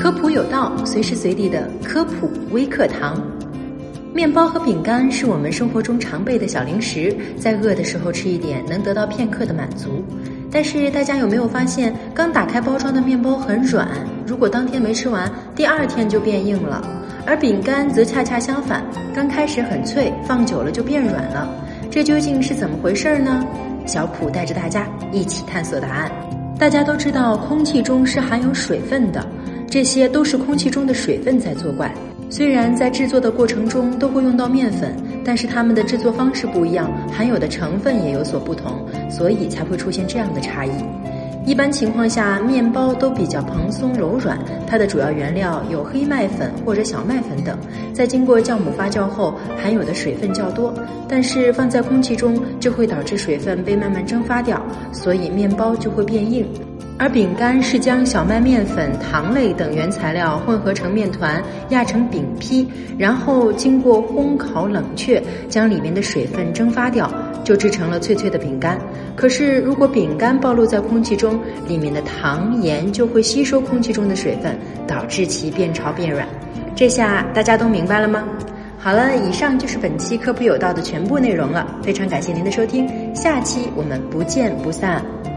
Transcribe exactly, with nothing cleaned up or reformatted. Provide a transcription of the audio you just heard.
科普有道，随时随地的科普微课堂。面包和饼干是我们生活中常备的小零食，在饿的时候吃一点，能得到片刻的满足。但是大家有没有发现，刚打开包装的面包很软，如果当天没吃完，第二天就变硬了；而饼干则恰恰相反，刚开始很脆，放久了就变软了。这究竟是怎么回事呢？小普带着大家一起探索答案。大家都知道，空气中是含有水分的，这些都是空气中的水分在作怪。虽然在制作的过程中都会用到面粉，但是它们的制作方式不一样，含有的成分也有所不同，所以才会出现这样的差异。一般情况下，面包都比较蓬松柔软，它的主要原料有黑麦粉或者小麦粉等，在经过酵母发酵后，含有的水分较多，但是放在空气中就会导致水分被慢慢蒸发掉，所以面包就会变硬。而饼干是将小麦面粉、糖类等原材料混合成面团，压成饼坯，然后经过烘烤冷却，将里面的水分蒸发掉，就制成了脆脆的饼干。可是如果饼干暴露在空气中，里面的糖盐就会吸收空气中的水分，导致其变潮变软。这下大家都明白了吗？好了，以上就是本期科普有道的全部内容了，非常感谢您的收听，下期我们不见不散。